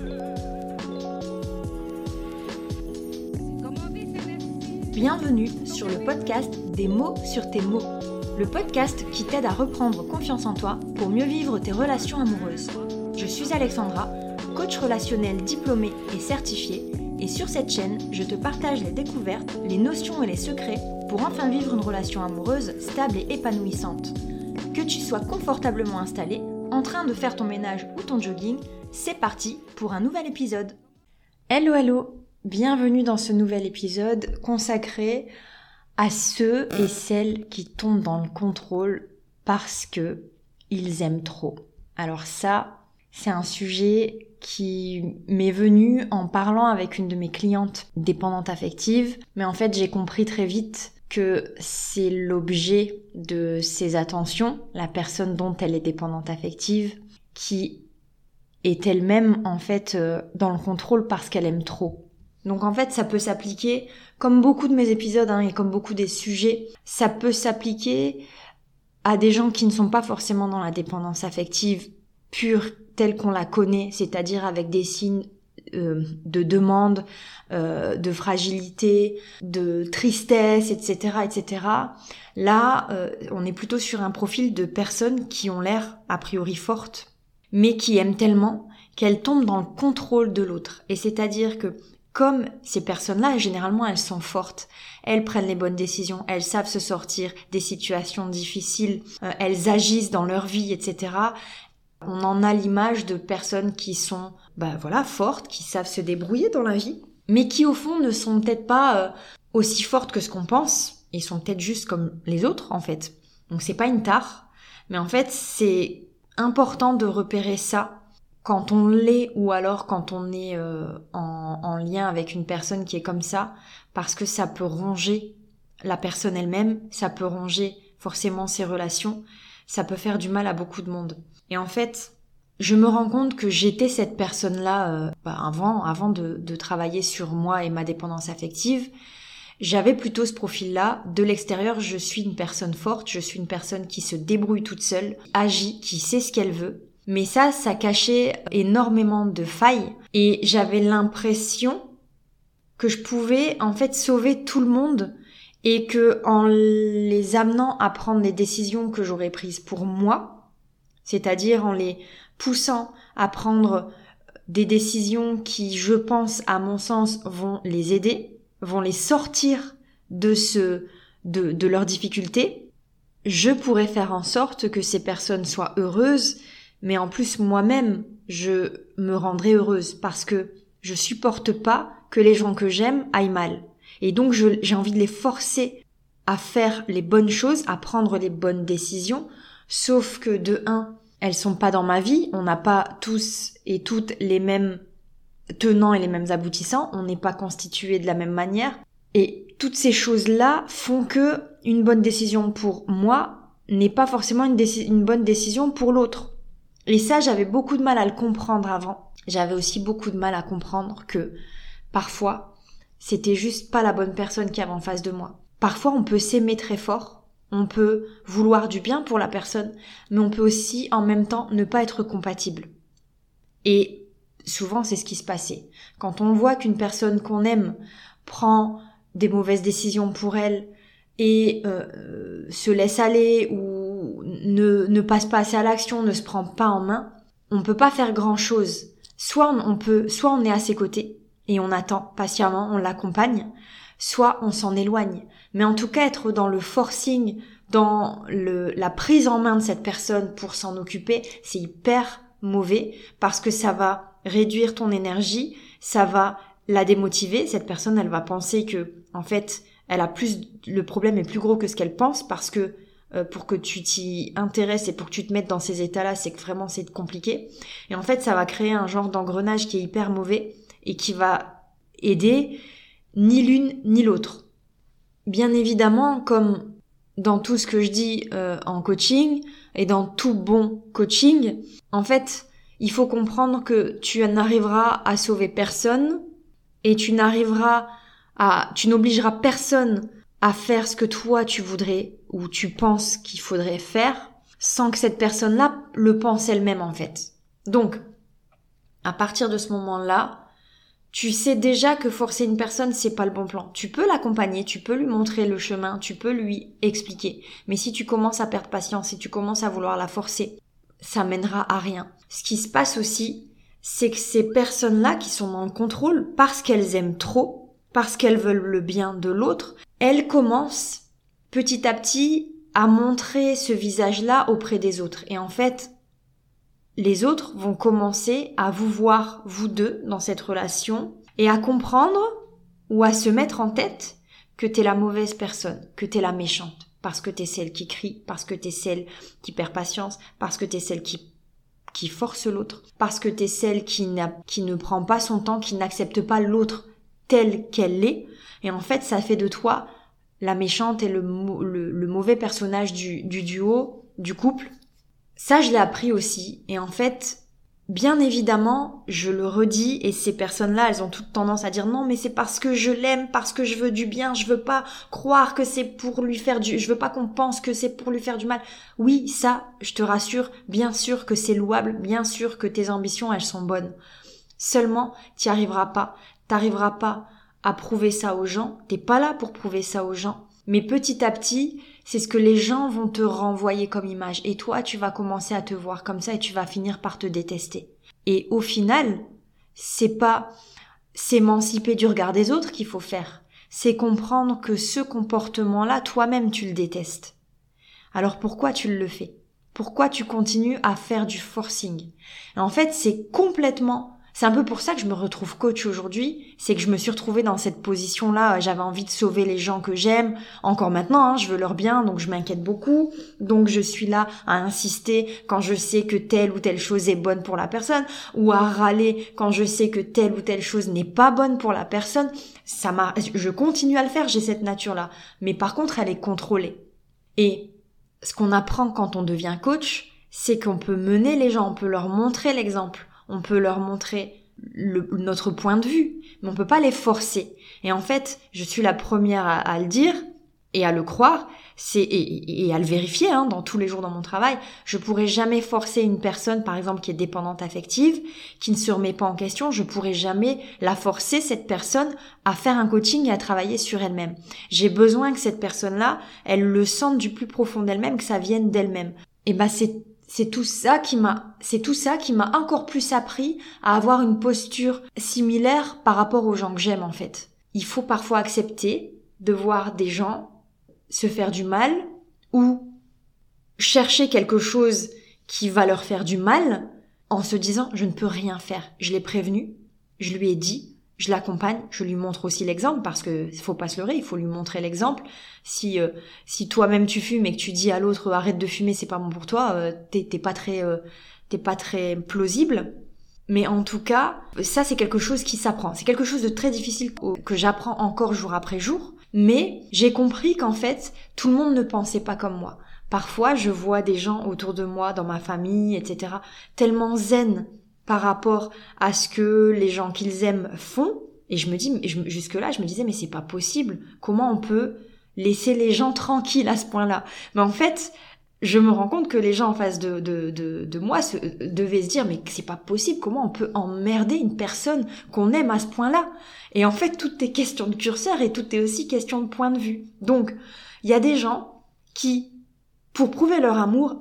Bienvenue sur le podcast des mots sur tes mots, le podcast qui t'aide à reprendre confiance en toi pour mieux vivre tes relations amoureuses. Je suis Alexandra, coach relationnel diplômée et certifiée, et sur cette chaîne, je te partage les découvertes, les notions et les secrets pour enfin vivre une relation amoureuse stable et épanouissante. Que tu sois confortablement installé, en train de faire ton ménage ou ton jogging, c'est parti pour un nouvel épisode. Hello, bienvenue dans ce nouvel épisode consacré à ceux et celles qui tombent dans le contrôle parce que ils aiment trop. Alors ça, c'est un sujet qui m'est venu en parlant avec une de mes clientes dépendantes affectives, mais en fait j'ai compris très vite que c'est l'objet de ses attentions, la personne dont elle est dépendante affective, qui est elle-même en fait dans le contrôle parce qu'elle aime trop. Donc en fait ça peut s'appliquer, comme beaucoup de mes épisodes et comme beaucoup des sujets, ça peut s'appliquer à des gens qui ne sont pas forcément dans la dépendance affective pure telle qu'on la connaît, c'est-à-dire avec des signes de demande, de fragilité, de tristesse, etc., etc. Là, on est plutôt sur un profil de personnes qui ont l'air a priori fortes, mais qui aiment tellement qu'elles tombent dans le contrôle de l'autre. Et c'est-à-dire que comme ces personnes-là, généralement, elles sont fortes, elles prennent les bonnes décisions, elles savent se sortir des situations difficiles, elles agissent dans leur vie, etc. On en a l'image de personnes qui sont, fortes, qui savent se débrouiller dans la vie, mais qui au fond ne sont peut-être pas aussi fortes que ce qu'on pense. Ils sont peut-être juste comme les autres, en fait. Donc c'est pas une tare, mais en fait c'est important de repérer ça quand on l'est ou alors quand on est en lien avec une personne qui est comme ça, parce que ça peut ronger la personne elle-même, ça peut ronger forcément ses relations, ça peut faire du mal à beaucoup de monde. Et en fait, je me rends compte que j'étais cette personne-là avant de travailler sur moi et ma dépendance affective. J'avais plutôt ce profil-là. De l'extérieur, je suis une personne forte, je suis une personne qui se débrouille toute seule, agit, qui sait ce qu'elle veut. Mais ça cachait énormément de failles et j'avais l'impression que je pouvais en fait sauver tout le monde et que en les amenant à prendre les décisions que j'aurais prises pour moi, c'est-à-dire en les poussant à prendre des décisions qui, je pense, à mon sens, vont les aider, vont les sortir de leurs difficultés, je pourrais faire en sorte que ces personnes soient heureuses, mais en plus moi-même, je me rendrai heureuse parce que je supporte pas que les gens que j'aime aillent mal. Et donc j'ai envie de les forcer à faire les bonnes choses, à prendre les bonnes décisions, sauf que de un, elles sont pas dans ma vie, on n'a pas tous et toutes les mêmes tenants et les mêmes aboutissants, on n'est pas constitués de la même manière. Et toutes ces choses-là font que une bonne décision pour moi n'est pas forcément une bonne décision pour l'autre. Et ça, j'avais beaucoup de mal à le comprendre avant. J'avais aussi beaucoup de mal à comprendre que parfois, c'était juste pas la bonne personne qui avait en face de moi. Parfois, on peut s'aimer très fort, on peut vouloir du bien pour la personne, mais on peut aussi en même temps ne pas être compatible. Et souvent, c'est ce qui se passait. Quand on voit qu'une personne qu'on aime prend des mauvaises décisions pour elle et se laisse aller ou ne passe pas assez à l'action, ne se prend pas en main, on peut pas faire grand chose. Soit on est à ses côtés et on attend patiemment, on l'accompagne, soit on s'en éloigne. Mais en tout cas, être dans le forcing, dans la prise en main de cette personne pour s'en occuper, c'est hyper mauvais parce que ça va réduire ton énergie, ça va la démotiver. Cette personne, elle va penser que, en fait, le problème est plus gros que ce qu'elle pense parce que pour que tu t'y intéresses et pour que tu te mettes dans ces états-là, c'est que vraiment c'est compliqué. Et en fait, ça va créer un genre d'engrenage qui est hyper mauvais et qui va aider ni l'une ni l'autre. Bien évidemment, comme dans tout ce que je dis en coaching et dans tout bon coaching, en fait, il faut comprendre que tu n'arriveras à sauver personne et tu n'obligeras personne à faire ce que toi tu voudrais ou tu penses qu'il faudrait faire sans que cette personne-là le pense elle-même en fait. Donc, à partir de ce moment-là, tu sais déjà que forcer une personne, c'est pas le bon plan. Tu peux l'accompagner, tu peux lui montrer le chemin, tu peux lui expliquer. Mais si tu commences à perdre patience, si tu commences à vouloir la forcer, ça mènera à rien. Ce qui se passe aussi, c'est que ces personnes-là qui sont dans le contrôle, parce qu'elles aiment trop, parce qu'elles veulent le bien de l'autre, elles commencent petit à petit à montrer ce visage-là auprès des autres. Et en fait, les autres vont commencer à vous voir, vous deux, dans cette relation, et à comprendre ou à se mettre en tête que t'es la mauvaise personne, que t'es la méchante, parce que t'es celle qui crie, parce que t'es celle qui perd patience, parce que t'es celle qui force l'autre, parce que t'es celle qui ne prend pas son temps, qui n'accepte pas l'autre telle qu'elle est, et en fait, ça fait de toi la méchante et le mauvais personnage du duo, du couple. Ça, je l'ai appris aussi. Et en fait, bien évidemment, je le redis, et ces personnes-là, elles ont toute tendance à dire non, mais c'est parce que je l'aime, parce que je veux du bien, je veux pas croire que c'est pour lui faire je veux pas qu'on pense que c'est pour lui faire du mal. Oui, ça, je te rassure, bien sûr que c'est louable, bien sûr que tes ambitions, elles sont bonnes. Seulement, t'arriveras pas à prouver ça aux gens, t'es pas là pour prouver ça aux gens. Mais petit à petit, c'est ce que les gens vont te renvoyer comme image. Et toi, tu vas commencer à te voir comme ça et tu vas finir par te détester. Et au final, c'est pas s'émanciper du regard des autres qu'il faut faire. C'est comprendre que ce comportement-là, toi-même, tu le détestes. Alors pourquoi tu le fais? Pourquoi tu continues à faire du forcing? Et en fait, c'est un peu pour ça que je me retrouve coach aujourd'hui, c'est que je me suis retrouvée dans cette position-là, j'avais envie de sauver les gens que j'aime, encore maintenant, je veux leur bien, donc je m'inquiète beaucoup, donc je suis là à insister quand je sais que telle ou telle chose est bonne pour la personne, ou à râler quand je sais que telle ou telle chose n'est pas bonne pour la personne. Je continue à le faire, j'ai cette nature-là, mais par contre, elle est contrôlée. Et ce qu'on apprend quand on devient coach, c'est qu'on peut mener les gens, on peut leur montrer l'exemple. On peut leur montrer notre point de vue, mais on peut pas les forcer. Et en fait, je suis la première à le dire et à le croire, et à le vérifier dans tous les jours dans mon travail. Je pourrais jamais forcer une personne, par exemple, qui est dépendante affective, qui ne se remet pas en question. Je pourrais jamais la forcer, cette personne, à faire un coaching et à travailler sur elle-même. J'ai besoin que cette personne-là, elle le sente du plus profond d'elle-même, que ça vienne d'elle-même. Et c'est tout ça qui m'a encore plus appris à avoir une posture similaire par rapport aux gens que j'aime en fait. Il faut parfois accepter de voir des gens se faire du mal ou chercher quelque chose qui va leur faire du mal en se disant je ne peux rien faire. Je l'ai prévenu, je lui ai dit, je l'accompagne, je lui montre aussi l'exemple parce que faut pas se leurrer, il faut lui montrer l'exemple. Si toi-même tu fumes et que tu dis à l'autre arrête de fumer, c'est pas bon pour toi, t'es pas très plausible. Mais en tout cas, ça c'est quelque chose qui s'apprend. C'est quelque chose de très difficile que j'apprends encore jour après jour. Mais j'ai compris qu'en fait, tout le monde ne pensait pas comme moi. Parfois, je vois des gens autour de moi, dans ma famille, etc., tellement zen par rapport à ce que les gens qu'ils aiment font. Et je me dis, jusque-là, je me disais, mais c'est pas possible. Comment on peut laisser les gens tranquilles à ce point-là? Mais en fait, je me rends compte que les gens en face de moi devaient se dire, mais c'est pas possible. Comment on peut emmerder une personne qu'on aime à ce point-là? Et en fait, tout est question de curseur et tout est aussi question de point de vue. Donc, il y a des gens qui, pour prouver leur amour,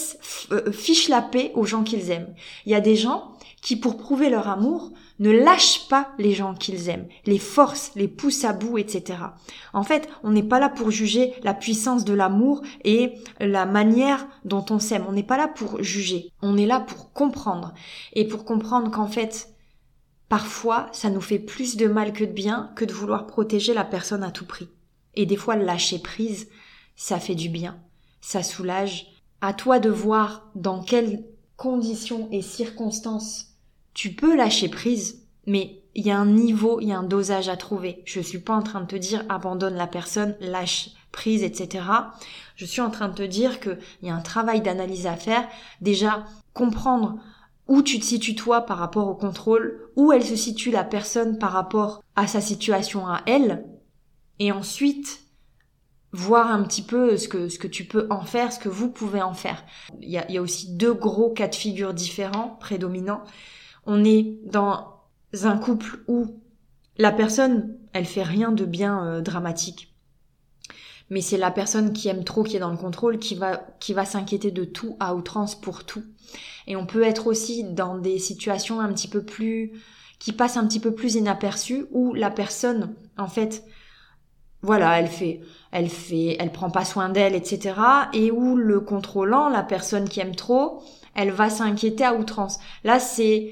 fichent la paix aux gens qu'ils aiment. Il y a des gens qui, pour prouver leur amour, ne lâchent pas les gens qu'ils aiment, les forcent, les poussent à bout, etc. En fait, on n'est pas là pour juger la puissance de l'amour et la manière dont on s'aime. On n'est pas là pour juger. On est là pour comprendre. Et pour comprendre qu'en fait, parfois, ça nous fait plus de mal que de bien que de vouloir protéger la personne à tout prix. Et des fois, lâcher prise, ça fait du bien. Ça soulage. À toi de voir dans quelles conditions et circonstances tu peux lâcher prise, mais il y a un niveau, il y a un dosage à trouver. Je suis pas en train de te dire abandonne la personne, lâche prise, etc. Je suis en train de te dire qu'il y a un travail d'analyse à faire. Déjà, comprendre où tu te situes toi par rapport au contrôle, où elle se situe la personne par rapport à sa situation à elle, et ensuite voir un petit peu ce que tu peux en faire, ce que vous pouvez en faire. Il y a aussi deux gros cas de figure différents, prédominants. on est dans un couple où la personne, elle fait rien de bien dramatique. Mais c'est la personne qui aime trop, qui est dans le contrôle, qui va s'inquiéter de tout à outrance pour tout. Et on peut être aussi dans des situations un petit peu plus, qui passent un petit peu plus inaperçues, où la personne, en fait, voilà, elle prend pas soin d'elle, etc. Et où le contrôlant, la personne qui aime trop, elle va s'inquiéter à outrance. Là, c'est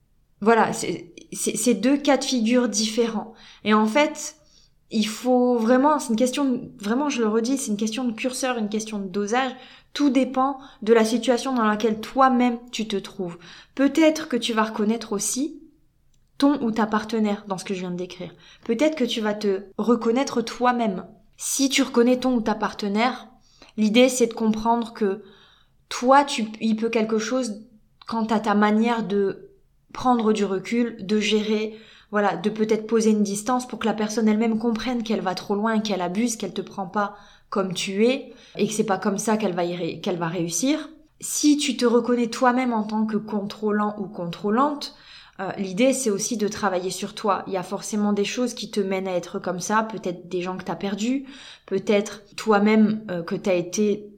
2 cas de figure différents. Et en fait, il faut vraiment, c'est une question, vraiment je le redis, c'est une question de curseur, une question de dosage. Tout dépend de la situation dans laquelle toi-même tu te trouves. Peut-être que tu vas reconnaître aussi ton ou ta partenaire dans ce que je viens de décrire. Peut-être que tu vas te reconnaître toi-même. Si tu reconnais ton ou ta partenaire, l'idée c'est de comprendre que toi, il peut quelque chose quant à ta manière de prendre du recul, de gérer, voilà, de peut-être poser une distance pour que la personne elle-même comprenne qu'elle va trop loin, qu'elle abuse, qu'elle te prend pas comme tu es et que c'est pas comme ça qu'elle va réussir. Si tu te reconnais toi-même en tant que contrôlant ou contrôlante, l'idée c'est aussi de travailler sur toi. Il y a forcément des choses qui te mènent à être comme ça, peut-être des gens que t'as perdus, peut-être toi-même que t'as été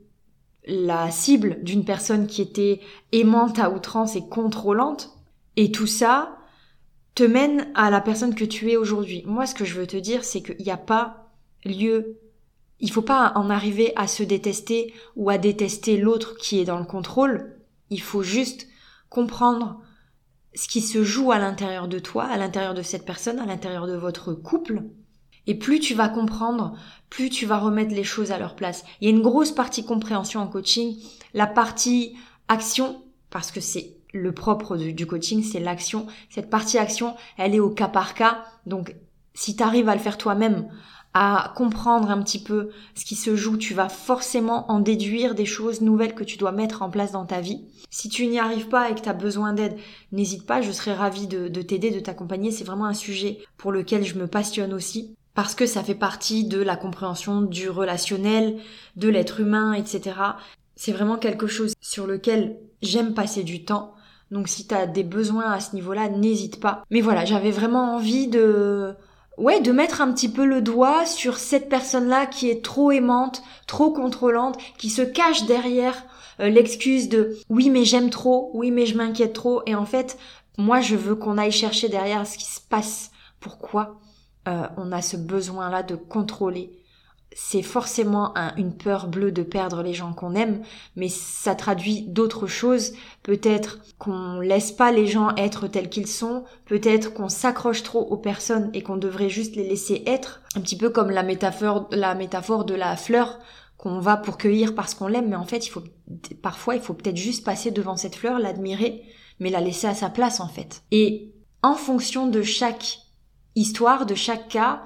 la cible d'une personne qui était aimante à outrance et contrôlante. Et tout ça te mène à la personne que tu es aujourd'hui. Moi, ce que je veux te dire, c'est qu'il n'y a pas lieu, il faut pas en arriver à se détester ou à détester l'autre qui est dans le contrôle. Il faut juste comprendre ce qui se joue à l'intérieur de toi, à l'intérieur de cette personne, à l'intérieur de votre couple. Et plus tu vas comprendre, plus tu vas remettre les choses à leur place. Il y a une grosse partie compréhension en coaching, la partie action, parce que c'est le propre du coaching, c'est l'action. Cette partie action, elle est au cas par cas. Donc, si tu arrives à le faire toi-même, à comprendre un petit peu ce qui se joue, tu vas forcément en déduire des choses nouvelles que tu dois mettre en place dans ta vie. Si tu n'y arrives pas et que tu as besoin d'aide, n'hésite pas, je serai ravie de t'aider, de t'accompagner. C'est vraiment un sujet pour lequel je me passionne aussi, parce que ça fait partie de la compréhension du relationnel, de l'être humain, etc. C'est vraiment quelque chose sur lequel j'aime passer du temps. Donc si t'as des besoins à ce niveau-là, n'hésite pas. Mais voilà, j'avais vraiment envie de mettre un petit peu le doigt sur cette personne-là qui est trop aimante, trop contrôlante, qui se cache derrière l'excuse de « oui mais j'aime trop, oui mais je m'inquiète trop ». Et en fait, moi je veux qu'on aille chercher derrière ce qui se passe. Pourquoi on a ce besoin-là de contrôler? C'est forcément une peur bleue de perdre les gens qu'on aime, mais ça traduit d'autres choses. Peut-être qu'on laisse pas les gens être tels qu'ils sont, peut-être qu'on s'accroche trop aux personnes et qu'on devrait juste les laisser être, un petit peu comme la métaphore de la fleur qu'on va pour cueillir parce qu'on l'aime, mais en fait, parfois il faut peut-être juste passer devant cette fleur, l'admirer, mais la laisser à sa place en fait. Et en fonction de chaque histoire, de chaque cas,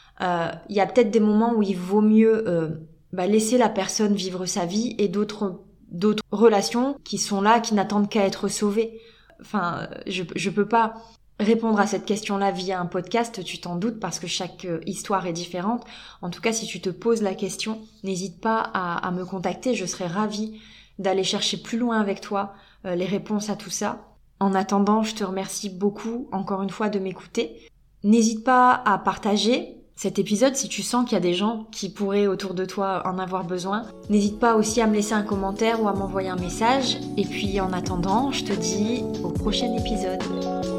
y a peut-être des moments où il vaut mieux laisser la personne vivre sa vie et d'autres relations qui sont là, qui n'attendent qu'à être sauvées. Enfin, je peux pas répondre à cette question-là via un podcast, tu t'en doutes, parce que chaque histoire est différente. En tout cas, si tu te poses la question, n'hésite pas à me contacter, je serais ravie d'aller chercher plus loin avec toi les réponses à tout ça. En attendant, je te remercie beaucoup, encore une fois, de m'écouter. N'hésite pas à partager cet épisode si tu sens qu'il y a des gens qui pourraient autour de toi en avoir besoin. N'hésite pas aussi à me laisser un commentaire ou à m'envoyer un message. Et puis en attendant, je te dis au prochain épisode.